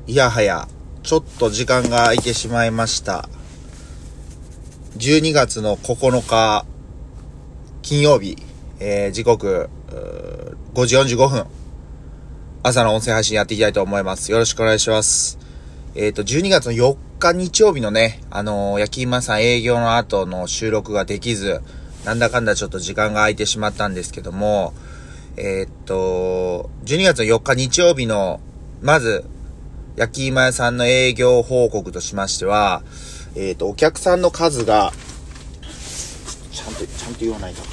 いやはや、ちょっと時間が空いてしまいました。12月の9日、金曜日、時刻、5時45分、朝の音声配信やっていきたいと思います。よろしくお願いします。12月の4日日曜日のね、焼き芋屋さん営業の後の収録ができず、なんだかんだちょっと時間が空いてしまったんですけども、12月の4日日曜日の、まず、焼き芋屋さんの営業報告としましては、お客さんの数が、ちゃんと言わないと。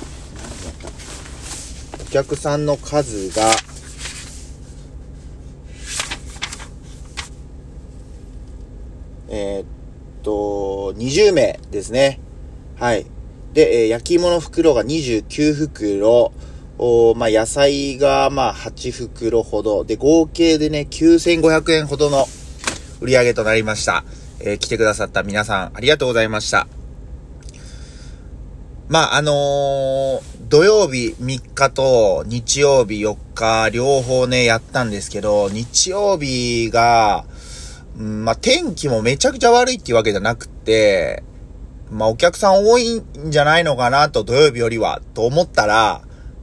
お客さんの数が、20名ですね。はい。で、焼き芋の袋が29袋、野菜が8袋ほどで、合計でね9500円ほどの売り上げとなりました。来てくださった皆さんありがとうございました。土曜日3日と日曜日4日両方ねやったんですけど、日曜日が天気もめちゃくちゃ悪いっていうわけじゃなくて、お客さん多いんじゃないのかなと、土曜日よりはと思ったら、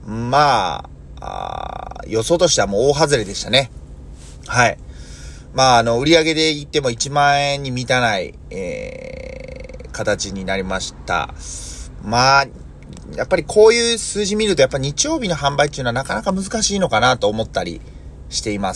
予想としてはもう大外れでしたね。はい。売り上げで言っても1万円に満たない、形になりました。やっぱりこういう数字見ると、やっぱ日曜日の販売っていうのはなかなか難しいのかなと思ったりしています。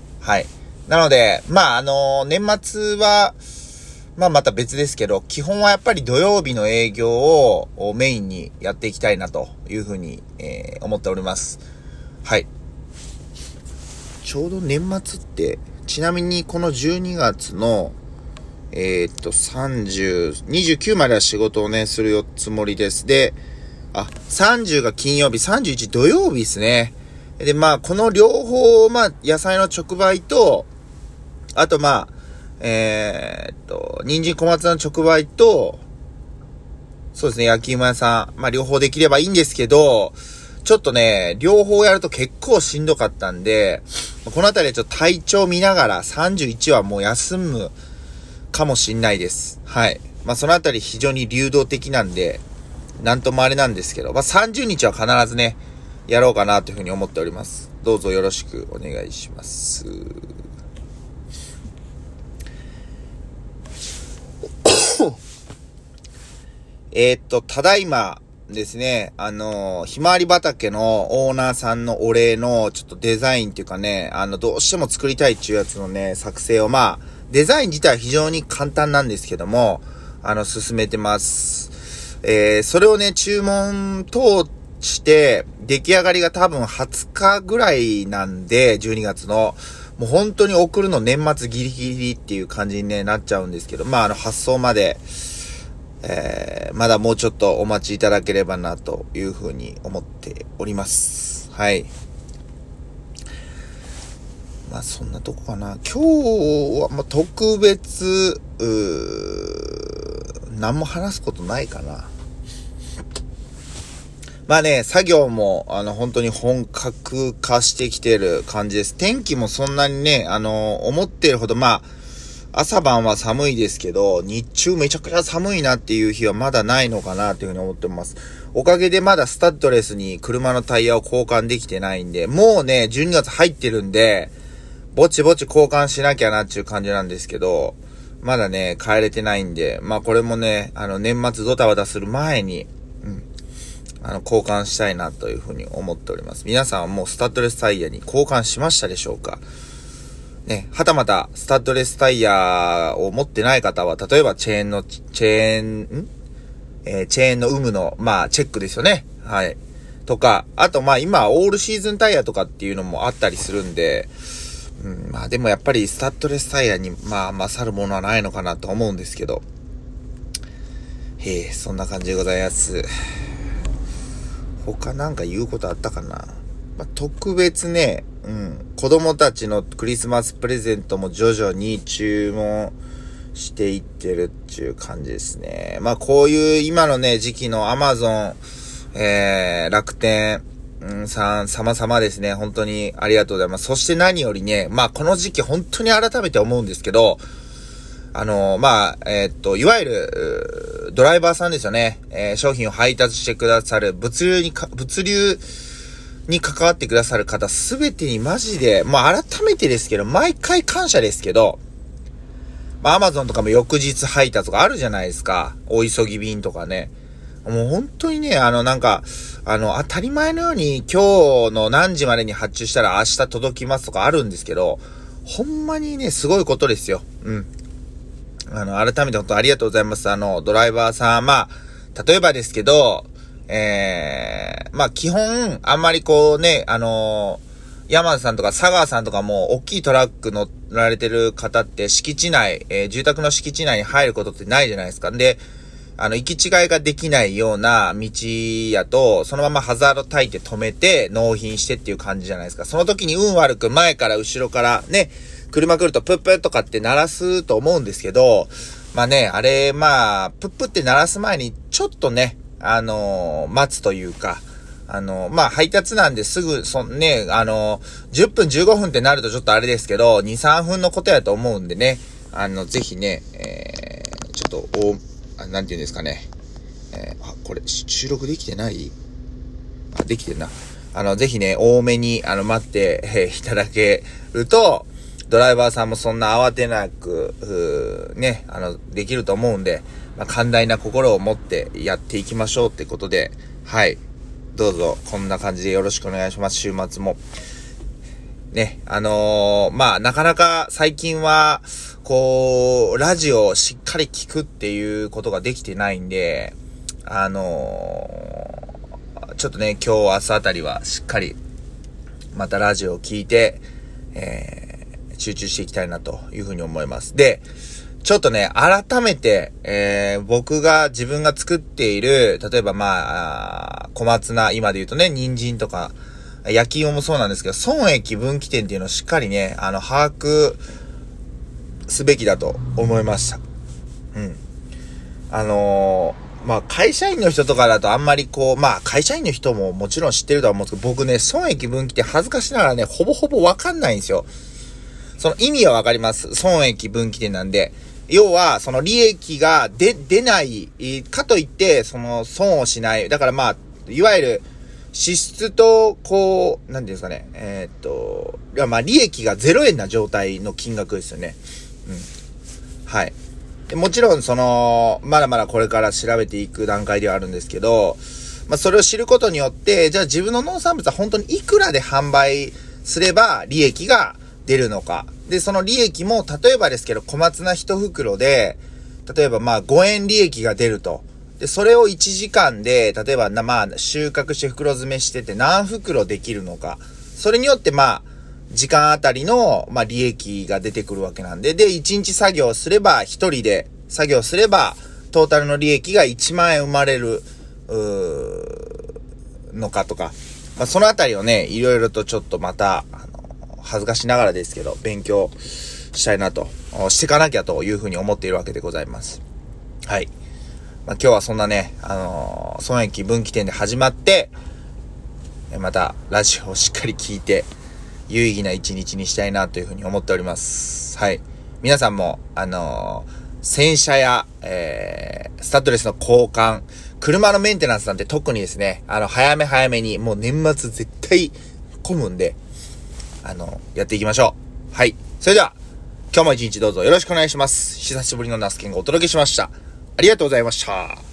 はい。なので、年末は、また別ですけど、基本はやっぱり土曜日の営業をメインにやっていきたいなというふうに、思っております。はい。ちょうど年末って、ちなみにこの12月の、29までは仕事をね、するつもりです。で、30が金曜日、31土曜日ですね。で、この両方、野菜の直売と、あと人参小松菜の直売と、そうですね、焼き芋屋さん、両方できればいいんですけど、ちょっとね、両方やると結構しんどかったんで、このあたりでちょっと体調見ながら31はもう休むかもしんないです。はい。そのあたり非常に流動的なんで、なんともあれなんですけど、30日は必ずね、やろうかなというふうに思っております。どうぞよろしくお願いします。ただいまですね、ひまわり畑のオーナーさんのお礼のちょっとデザインっていうかね、どうしても作りたいっていうやつのね、作成をデザイン自体は非常に簡単なんですけども、進めてます。それをね、注文通して、出来上がりが多分20日ぐらいなんで、12月の、もう本当に送るの年末ギリギリっていう感じに、ね、なっちゃうんですけど、発送まで、まだもうちょっとお待ちいただければなというふうに思っております。はい。そんなとこかな。今日は特別、何も話すことないかな。作業も、本当に本格化してきてる感じです。天気もそんなにね、思ってるほど、朝晩は寒いですけど、日中めちゃくちゃ寒いなっていう日はまだないのかなというふうに思ってます。おかげでまだスタッドレスに車のタイヤを交換できてないんで、もうね、12月入ってるんで、ぼちぼち交換しなきゃなっていう感じなんですけど、まだね、帰れてないんで、これもね、年末ドタバタする前に、交換したいなというふうに思っております。皆さんはもうスタッドレスタイヤに交換しましたでしょうか？ね、はたまたスタッドレスタイヤを持ってない方は、例えばチェーンの有無の、チェックですよね。はい。とか、あと今、オールシーズンタイヤとかっていうのもあったりするんで、でもやっぱりスタッドレスタイヤに、勝るものはないのかなと思うんですけど。そんな感じでございます。他なんか言うことあったかな？特別ね、子供たちのクリスマスプレゼントも徐々に注文していってるっていう感じですね。こういう今のね、時期のAmazon、楽天、 様々ですね。本当にありがとうございます。そして何よりね、まあこの時期本当に改めて思うんですけど、いわゆる、ドライバーさんですよね。商品を配達してくださる、物流に関わってくださる方、すべてにマジで、まあ改めてですけど、毎回感謝ですけど、まあ Amazon とかも翌日配達とかあるじゃないですか。お急ぎ便とかね。もう本当にね、当たり前のように今日の何時までに発注したら明日届きますとかあるんですけど、ほんまにね、すごいことですよ。改めて本当ありがとうございます。ドライバーさん、まあ、例えばですけど、まあ、基本、あんまりこうね、山田さんとか佐川さんとかも、大きいトラック乗られてる方って敷地内、住宅の敷地内に入ることってないじゃないですか。で、行き違いができないような道やと、そのままハザード焚いて止めて、納品してっていう感じじゃないですか。その時に運悪く前から後ろからね、車来るとプップッとかって鳴らすと思うんですけど、まあね、あれ、まあ、プップって鳴らす前に、ちょっとね、待つというか、まあ、配達なんですぐ、10分15分ってなるとちょっとあれですけど、2、3分のことやと思うんでね、ぜひね、ちょっと、なんていうんですかね。これ、収録できてない？できてるな。ぜひね、多めに、待って、いただけると、ドライバーさんもそんな慌てなく、ね、できると思うんで、まあ、寛大な心を持ってやっていきましょうってことで、はい。どうぞ、こんな感じでよろしくお願いします。週末も。ね、まあ、なかなか最近は、こう、ラジオをしっかり聞くっていうことができてないんで、ちょっとね、今日明日あたりはしっかり、またラジオを聞いて、集中していきたいなというふうに思います。で、ちょっとね、改めて、自分が作っている、例えばまあ、小松菜、今で言うとね、人参とか、焼き芋もそうなんですけど、損益分岐点っていうのをしっかりね、把握すべきだと思いました。まあ、会社員の人とかだとあんまりこう、まあ、会社員の人ももちろん知ってるとは思うんですけど、僕ね、損益分岐点恥ずかしながらね、ほぼほぼわかんないんですよ。その意味はわかります。損益分岐点なんで。要は、その利益が出ない、かといって、その損をしない。だからまあ、いわゆる、支出と、こう、なんていうんですかね。まあ、利益が0円な状態の金額ですよね。はい。もちろん、まだまだこれから調べていく段階ではあるんですけど、まあ、それを知ることによって、じゃあ自分の農産物は本当にいくらで販売すれば利益が出るのか。で、その利益も、例えばですけど、小松菜1袋で、例えばまあ5円利益が出ると。で、それを1時間で、例えばまあ収穫して袋詰めしてて何袋できるのか。それによってまあ、時間あたりの、まあ利益が出てくるわけなんで、で、1日作業すれば、1人で作業すれば、トータルの利益が1万円生まれる、のかとか。まあそのあたりをね、いろいろとちょっとまた、恥ずかしながらですけど、勉強したいなと、していかなきゃというふうに思っているわけでございます。はい。まあ、今日はそんなね、損益分岐点で始まって、またラジオをしっかり聞いて、有意義な一日にしたいなというふうに思っております。はい。皆さんも、洗車や、スタッドレスの交換、車のメンテナンスなんて特にですね、早めに、もう年末絶対混むんで、やっていきましょう。はい。それでは、今日も一日どうぞよろしくお願いします。久しぶりのナスケンがお届けしました。ありがとうございました。